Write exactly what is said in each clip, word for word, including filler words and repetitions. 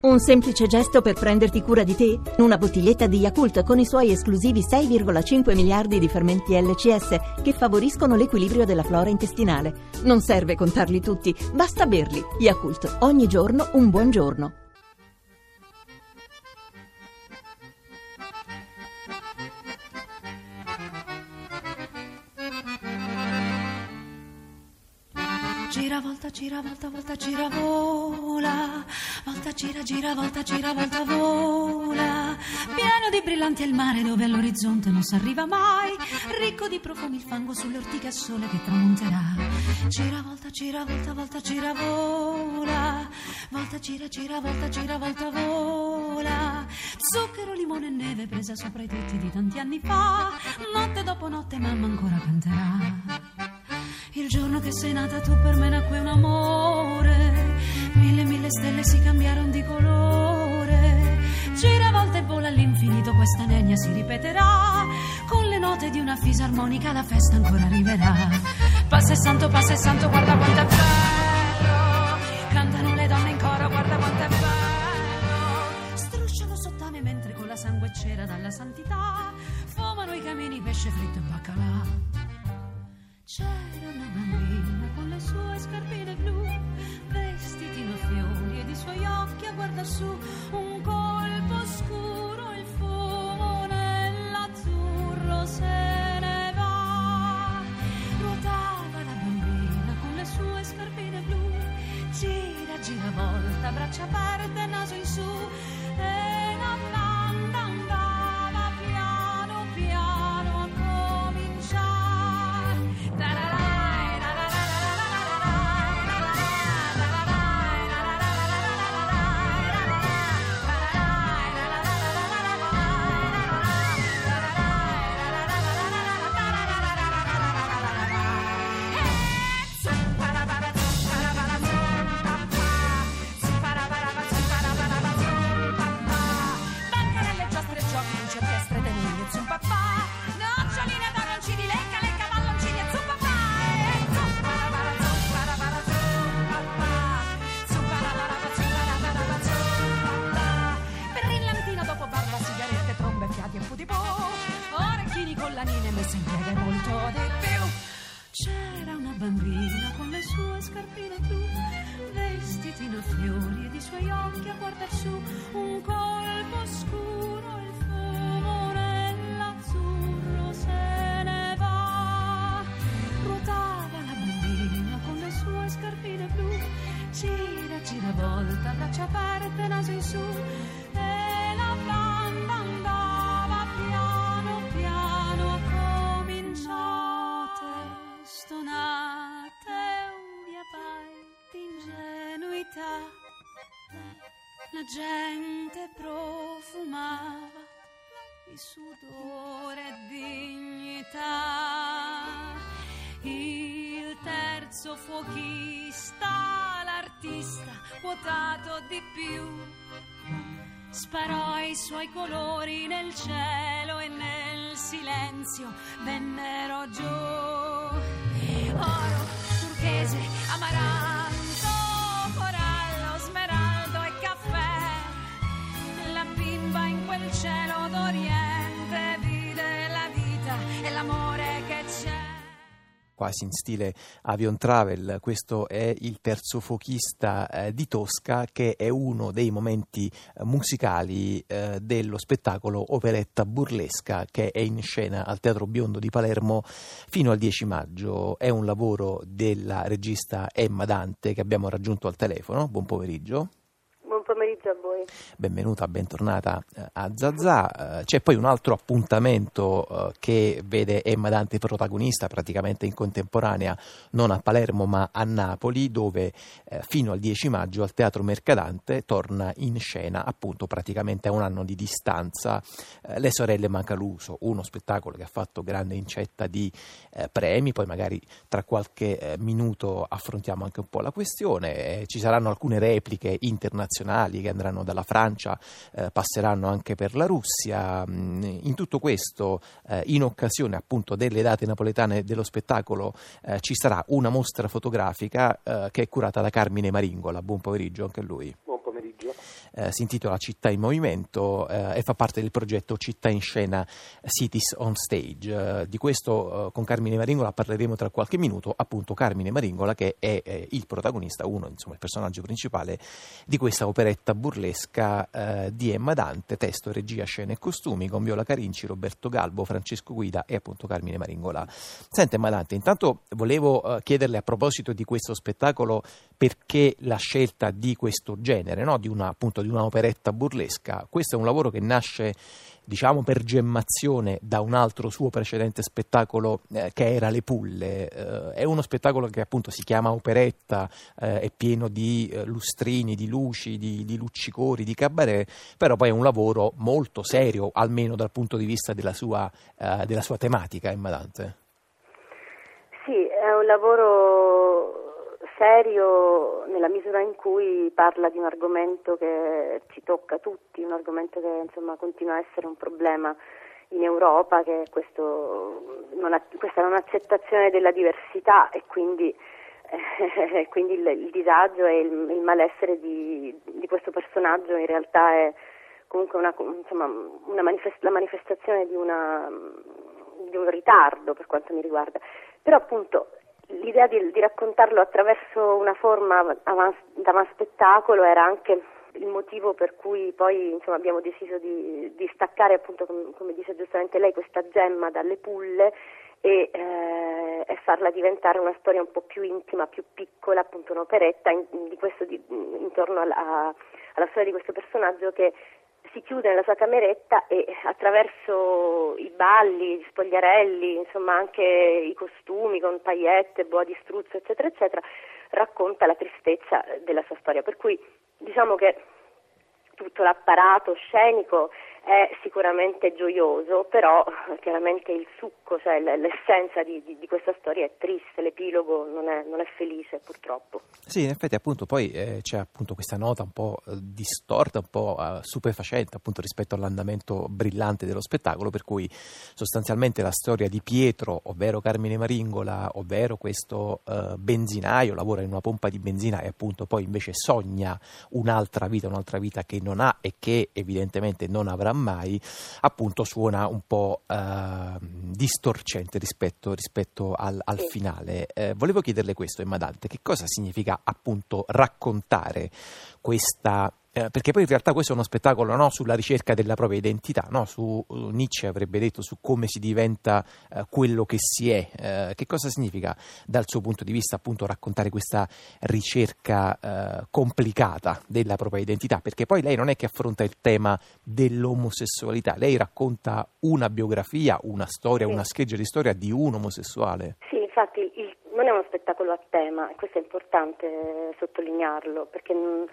Un semplice gesto per prenderti cura di te? Una bottiglietta di Yakult con i suoi esclusivi sei virgola cinque miliardi di fermenti L C S che favoriscono l'equilibrio della flora intestinale. Non serve contarli tutti, basta berli. Yakult, ogni giorno un buon giorno. Gira, volta, gira, volta, volta, gira, vola. Volta, gira, gira, volta, gira, volta, vola. Pieno di brillanti è il mare dove all'orizzonte non si arriva mai. Ricco di profumi il fango sulle ortiche a sole che tramonterà. Gira, volta, gira, volta, volta, gira, vola. Volta, gira, gira, volta, gira, volta, vola. Zucchero, limone e neve presa sopra i tetti di tanti anni fa. Notte dopo notte mamma ancora canterà. Il giorno che sei nata tu per me nacque un amore. Mille mille stelle si cambiarono di colore. Gira, volta e vola all'infinito, questa nenia si ripeterà. Con le note di una fisarmonica la festa ancora arriverà. Passa e santo, passa e santo, guarda quanto è bello. Cantano le donne in coro, guarda quanto è bello. Strusciano sottane mentre con la sangue e cera dalla santità fumano i camini, pesce fritto e baccalà. C'era una bambina con le sue scarpine blu, vestitino fiori ed i suoi occhi a guardar su. Un colpo scuro, il fumo nell'azzurro se ne va. Ruotava la bambina con le sue scarpine blu, gira, gira, volta, braccia aperte, naso in su. E la banda andava piano piano a cominciare. Bancarelle, giostre, giochi, luci, orchestre, delirio, zumpapà. Noccioline, baroncini, lecca, lecca, palloncini e zumpapà. Brillantina dopo barba, sigarette, trombe, fiati e putipò. Orecchini, collanine, messe in piega e molto di più. C'era una bambina con le sue scarpine blu, vestitino a fiori ed i suoi occhi a guardar su. Un colpo scuro, il fumo nell'azzurro se ne va. Ruotava la bambina con le sue scarpine blu, gira, gira, volta, braccia aperte, naso in su. E la banda andava piano piano a cominciare. Stonate, udia pai d'ingenuità. La gente profumava di sudore e dignità. Il terzo fuochista, l'artista quotato di più, sparò i suoi colori nel cielo e nel silenzio vennero giù. Oro, turchese, amaranto, corallo, smeraldo e caffè. La bimba in quel cielo d'Oriente vide la vita e l'amore che c'è. Quasi in stile avion travel, questo è il terzo fuochista eh, di Tosca, che è uno dei momenti eh, musicali eh, dello spettacolo Operetta Burlesca, che è in scena al Teatro Biondo di Palermo fino al dieci maggio. È un lavoro della regista Emma Dante, che abbiamo raggiunto al telefono. Buon pomeriggio. Buon pomeriggio a voi. Benvenuta, bentornata a Zazà. C'è poi un altro appuntamento che vede Emma Dante protagonista praticamente in contemporanea, non a Palermo ma a Napoli, dove fino al dieci maggio al Teatro Mercadante torna in scena, appunto praticamente a un anno di distanza, Le sorelle Macaluso, uno spettacolo che ha fatto grande incetta di premi. Poi magari tra qualche minuto affrontiamo anche un po' la questione. Ci saranno alcune repliche internazionali che andranno dalla Francia, eh, passeranno anche per la Russia. In tutto questo, eh, in occasione appunto delle date napoletane dello spettacolo, eh, ci sarà una mostra fotografica eh, che è curata da Carmine Maringola. Buon pomeriggio anche a lui. Buon pomeriggio. studio. Eh, si intitola Città in Movimento eh, e fa parte del progetto Città in Scena Cities on Stage. Eh, di questo eh, con Carmine Maringola parleremo tra qualche minuto, appunto Carmine Maringola che è eh, il protagonista, uno insomma il personaggio principale di questa operetta burlesca eh, di Emma Dante, testo, regia, scena e costumi con Viola Carinci, Roberto Galbo, Francesco Guida e appunto Carmine Maringola. Senta Emma Dante, intanto volevo eh, chiederle a proposito di questo spettacolo perché la scelta di questo genere, no? di una appunto di una operetta burlesca. Questo è un lavoro che nasce, diciamo, per gemmazione da un altro suo precedente spettacolo eh, che era Le Pulle. Eh, è uno spettacolo che appunto si chiama operetta, eh, è pieno di eh, lustrini, di luci, di, di luccicori, di cabaret, però poi è un lavoro molto serio, almeno dal punto di vista della sua, eh, della sua tematica, Emma Dante. Sì, è un lavoro serio nella misura in cui parla di un argomento che ci tocca tutti, un argomento che insomma continua a essere un problema in Europa, che è questo, non ha, questa non accettazione della diversità e quindi, eh, quindi il, il disagio e il, il malessere di, di questo personaggio in realtà è comunque una, insomma, una manifest- la manifestazione di, una, di un ritardo per quanto mi riguarda. Però appunto l'idea di, di raccontarlo attraverso una forma avan, da spettacolo era anche il motivo per cui poi insomma abbiamo deciso di, di staccare appunto come, come dice giustamente lei questa gemma dalle Pulle e, eh, e farla diventare una storia un po' più intima, più piccola, appunto un'operetta in, di questo, di, intorno alla, alla storia di questo personaggio che si chiude nella sua cameretta e attraverso i balli, gli spogliarelli, insomma anche i costumi con paillette, boa di struzzo, eccetera, eccetera, racconta la tristezza della sua storia. Per cui diciamo che tutto l'apparato scenico è sicuramente gioioso, però chiaramente il succo, cioè l'essenza di, di, di questa storia è triste, l'epilogo non è, non è felice purtroppo. Sì, in effetti appunto poi eh, c'è appunto questa nota un po' eh, distorta, un po' eh, stupefacente appunto rispetto all'andamento brillante dello spettacolo, per cui sostanzialmente la storia di Pietro, ovvero Carmine Maringola, ovvero questo eh, benzinaio, lavora in una pompa di benzina e appunto poi invece sogna un'altra vita, un'altra vita che non ha e che evidentemente non avrà mai, appunto suona un po' eh, distorcente rispetto, rispetto al, al sì. finale. Eh, volevo chiederle questo, Emma Dante, che cosa significa appunto raccontare questa Eh, perché poi in realtà questo è uno spettacolo, no, sulla ricerca della propria identità, no? Su uh, Nietzsche avrebbe detto su come si diventa uh, quello che si è. Uh, che cosa significa dal suo punto di vista appunto raccontare questa ricerca uh, complicata della propria identità? Perché poi lei non è che affronta il tema dell'omosessualità, lei racconta una biografia, una storia, sì. una scheggia di storia di un omosessuale. Sì, infatti il, non è uno spettacolo a tema, e questo è importante sottolinearlo, perché mh,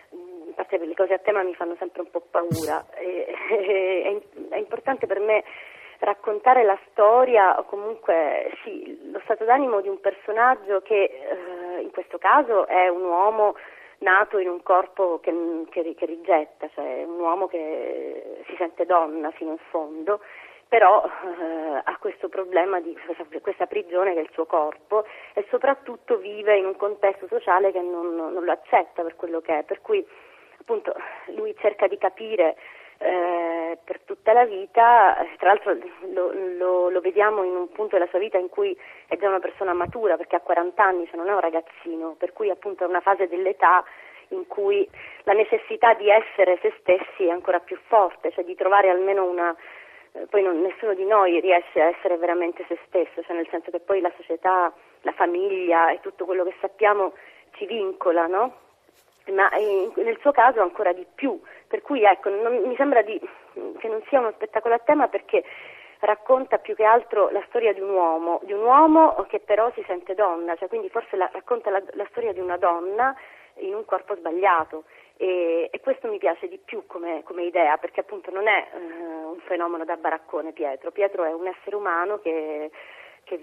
a parte le cose a tema mi fanno sempre un po' paura. e, e, è importante per me raccontare la storia, o comunque sì, lo stato d'animo di un personaggio che eh, in questo caso è un uomo nato in un corpo che, che, che rigetta, cioè un uomo che si sente donna fino in fondo, però eh, ha questo problema di questa, questa prigione che è il suo corpo, e soprattutto vive in un contesto sociale che non, non lo accetta per quello che è, per cui appunto lui cerca di capire eh, per tutta la vita. Tra l'altro lo, lo, lo vediamo in un punto della sua vita in cui è già una persona matura, perché ha quaranta anni, cioè non è un ragazzino, per cui appunto è una fase dell'età in cui la necessità di essere se stessi è ancora più forte, cioè di trovare almeno una poi non, nessuno di noi riesce a essere veramente se stesso, cioè nel senso che poi la società, la famiglia e tutto quello che sappiamo ci vincola, no? Ma in, nel suo caso ancora di più, per cui ecco, non, mi sembra di, che non sia uno spettacolo a tema, perché racconta più che altro la storia di un uomo, di un uomo che però si sente donna, cioè quindi forse la, racconta la, la storia di una donna in un corpo sbagliato. E, e questo mi piace di più come, come idea, perché appunto non è uh, un fenomeno da baraccone Pietro. Pietro è un essere umano che, che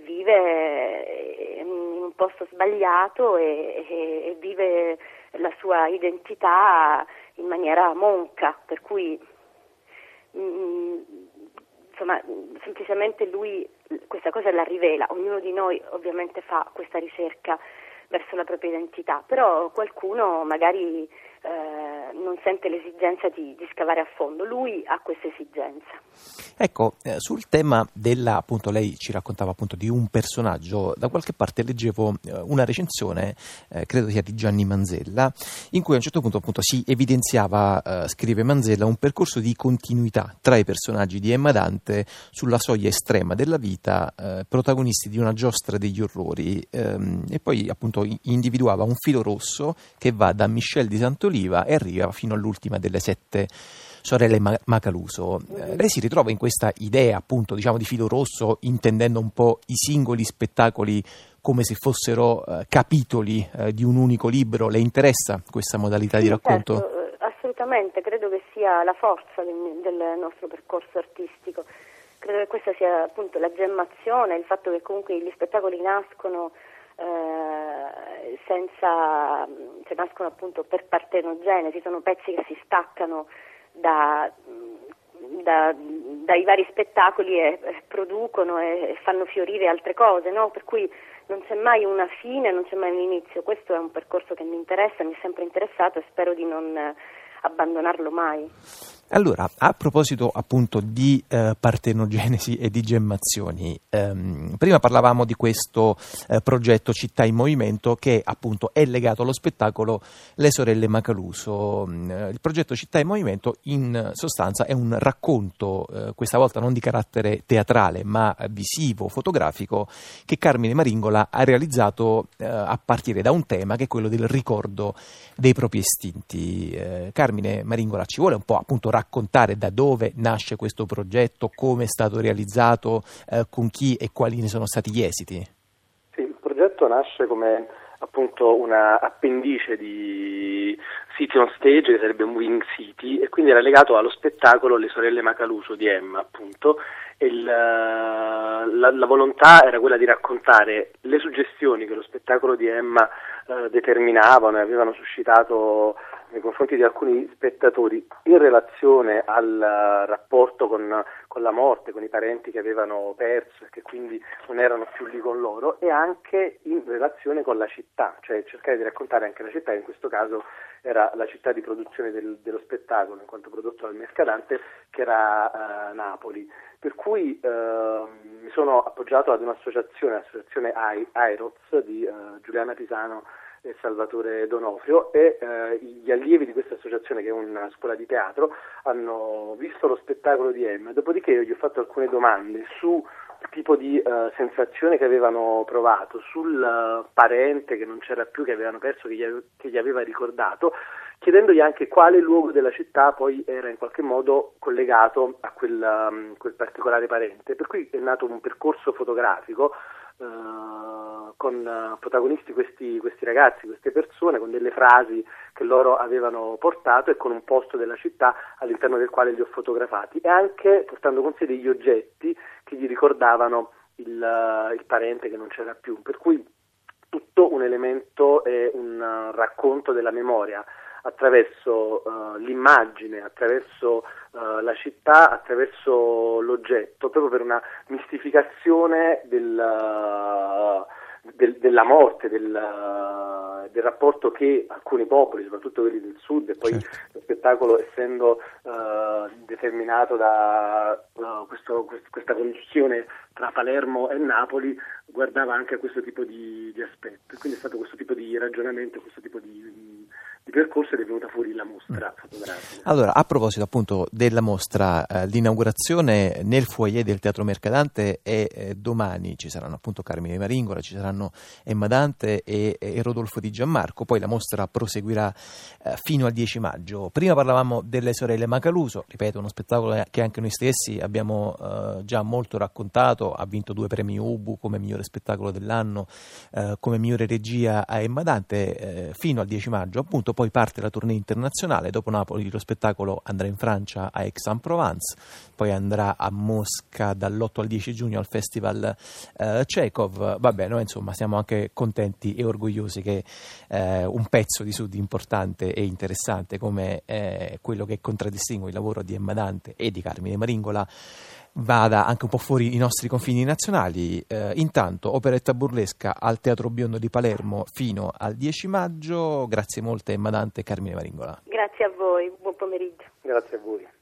vive in un posto sbagliato e, e, e vive la sua identità in maniera monca, per cui mh, insomma semplicemente lui questa cosa la rivela. Ognuno di noi ovviamente fa questa ricerca verso la propria identità, però qualcuno magari eh, non sente l'esigenza di, di scavare a fondo. Lui ha questa esigenza. Ecco, eh, sul tema della, appunto, lei ci raccontava appunto di un personaggio, da qualche parte leggevo eh, una recensione, eh, credo sia di Gianni Manzella, in cui a un certo punto appunto si evidenziava, eh, scrive Manzella, un percorso di continuità tra i personaggi di Emma Dante sulla soglia estrema della vita, eh, protagonisti di una giostra degli orrori, ehm, e poi appunto individuava un filo rosso che va da Michel di Sant'Oliva e arriva fino all'ultima delle sette sorelle Macaluso. Eh, lei si ritrova in questa idea appunto, diciamo, di filo rosso, intendendo un po' i singoli spettacoli come se fossero eh, capitoli eh, di un unico libro? Le interessa questa modalità sì, di racconto? Certo, assolutamente, credo che sia la forza del, del nostro percorso artistico. Credo che questa sia appunto la gemmazione, il fatto che comunque gli spettacoli nascono eh, senza, cioè nascono appunto per partenogenesi, sono pezzi che si staccano Da, da, dai vari spettacoli e, e producono e, e fanno fiorire altre cose, no? Per cui non c'è mai una fine, non c'è mai un inizio. Questo è un percorso che mi interessa, mi è sempre interessato e spero di non eh, abbandonarlo mai. Allora, a proposito appunto di eh, partenogenesi e di gemmazioni, ehm, prima parlavamo di questo eh, progetto Città in Movimento che appunto è legato allo spettacolo Le sorelle Macaluso. Il progetto Città in Movimento in sostanza è un racconto, eh, questa volta non di carattere teatrale ma visivo, fotografico, che Carmine Maringola ha realizzato eh, a partire da un tema che è quello del ricordo dei propri estinti. Eh, Carmine Maringola ci vuole un po' appunto raccontare da dove nasce questo progetto, come è stato realizzato, eh, con chi e quali ne sono stati gli esiti? Sì, il progetto nasce come appunto una appendice di City on Stage, che sarebbe Moving City, e quindi era legato allo spettacolo Le sorelle Macaluso di Emma, appunto. E il, la, la volontà era quella di raccontare le suggestioni che lo spettacolo di Emma eh, determinavano e avevano suscitato nei confronti di alcuni spettatori in relazione al rapporto con, con la morte, con i parenti che avevano perso e che quindi non erano più lì con loro, e anche in relazione con la città, cioè cercare di raccontare anche la città. In questo caso era la città di produzione del, dello spettacolo, in quanto prodotto dal Mercadante, che era uh, Napoli. Per cui uh, mi sono appoggiato ad un'associazione, l'associazione Airoz di uh, Giuliana Pisano e Salvatore Donofrio, e eh, gli allievi di questa associazione, che è una scuola di teatro, hanno visto lo spettacolo di Emma. Dopodiché io gli ho fatto alcune domande sul tipo di uh, sensazione che avevano provato, sul uh, parente che non c'era più, che avevano perso, che gli, ave- che gli aveva ricordato, chiedendogli anche quale luogo della città poi era in qualche modo collegato a quel, um, quel particolare parente. Per cui è nato un percorso fotografico Uh, con uh, protagonisti questi, questi ragazzi, queste persone, con delle frasi che loro avevano portato e con un posto della città all'interno del quale li ho fotografati, e anche portando con sé degli oggetti che gli ricordavano il, uh, il parente che non c'era più. Per cui tutto un elemento e un uh, racconto della memoria attraverso uh, l'immagine, attraverso uh, la città, attraverso l'oggetto, proprio per una mistificazione del, uh, del, della morte, del, uh, del rapporto che alcuni popoli, soprattutto quelli del sud, e poi certo. Lo spettacolo, essendo uh, determinato da uh, questo, quest, questa congiunzione tra Palermo e Napoli, guardava anche a questo tipo di, di aspetto. Quindi è stato questo tipo di ragionamento, questo tipo di di percorso, ed è venuta fuori la mostra fotografica. Allora, a proposito appunto della mostra, eh, l'inaugurazione nel foyer del Teatro Mercadante è eh, domani. Ci saranno appunto Carmine Maringola, ci saranno Emma Dante e, e Rodolfo Di Gianmarco. Poi la mostra proseguirà eh, fino al dieci maggio. Prima parlavamo delle sorelle Macaluso, ripeto, uno spettacolo che anche noi stessi abbiamo eh, già molto raccontato. Ha vinto due premi Ubu come migliore spettacolo dell'anno, eh, come migliore regia a Emma Dante, eh, fino al dieci maggio appunto. Poi parte la tournée internazionale. Dopo Napoli lo spettacolo andrà in Francia a Aix-en-Provence, poi andrà a Mosca dall'otto al dieci giugno al Festival eh, Chekhov. Vabbè, noi insomma siamo anche contenti e orgogliosi che eh, un pezzo di Sud importante e interessante come eh, quello che contraddistingue il lavoro di Emma Dante e di Carmine Maringola vada anche un po' fuori i nostri confini nazionali. Eh, intanto operetta burlesca al Teatro Biondo di Palermo fino al dieci maggio. Grazie molte Emma Dante e Carmine Maringola. Grazie a voi, buon pomeriggio. Grazie a voi.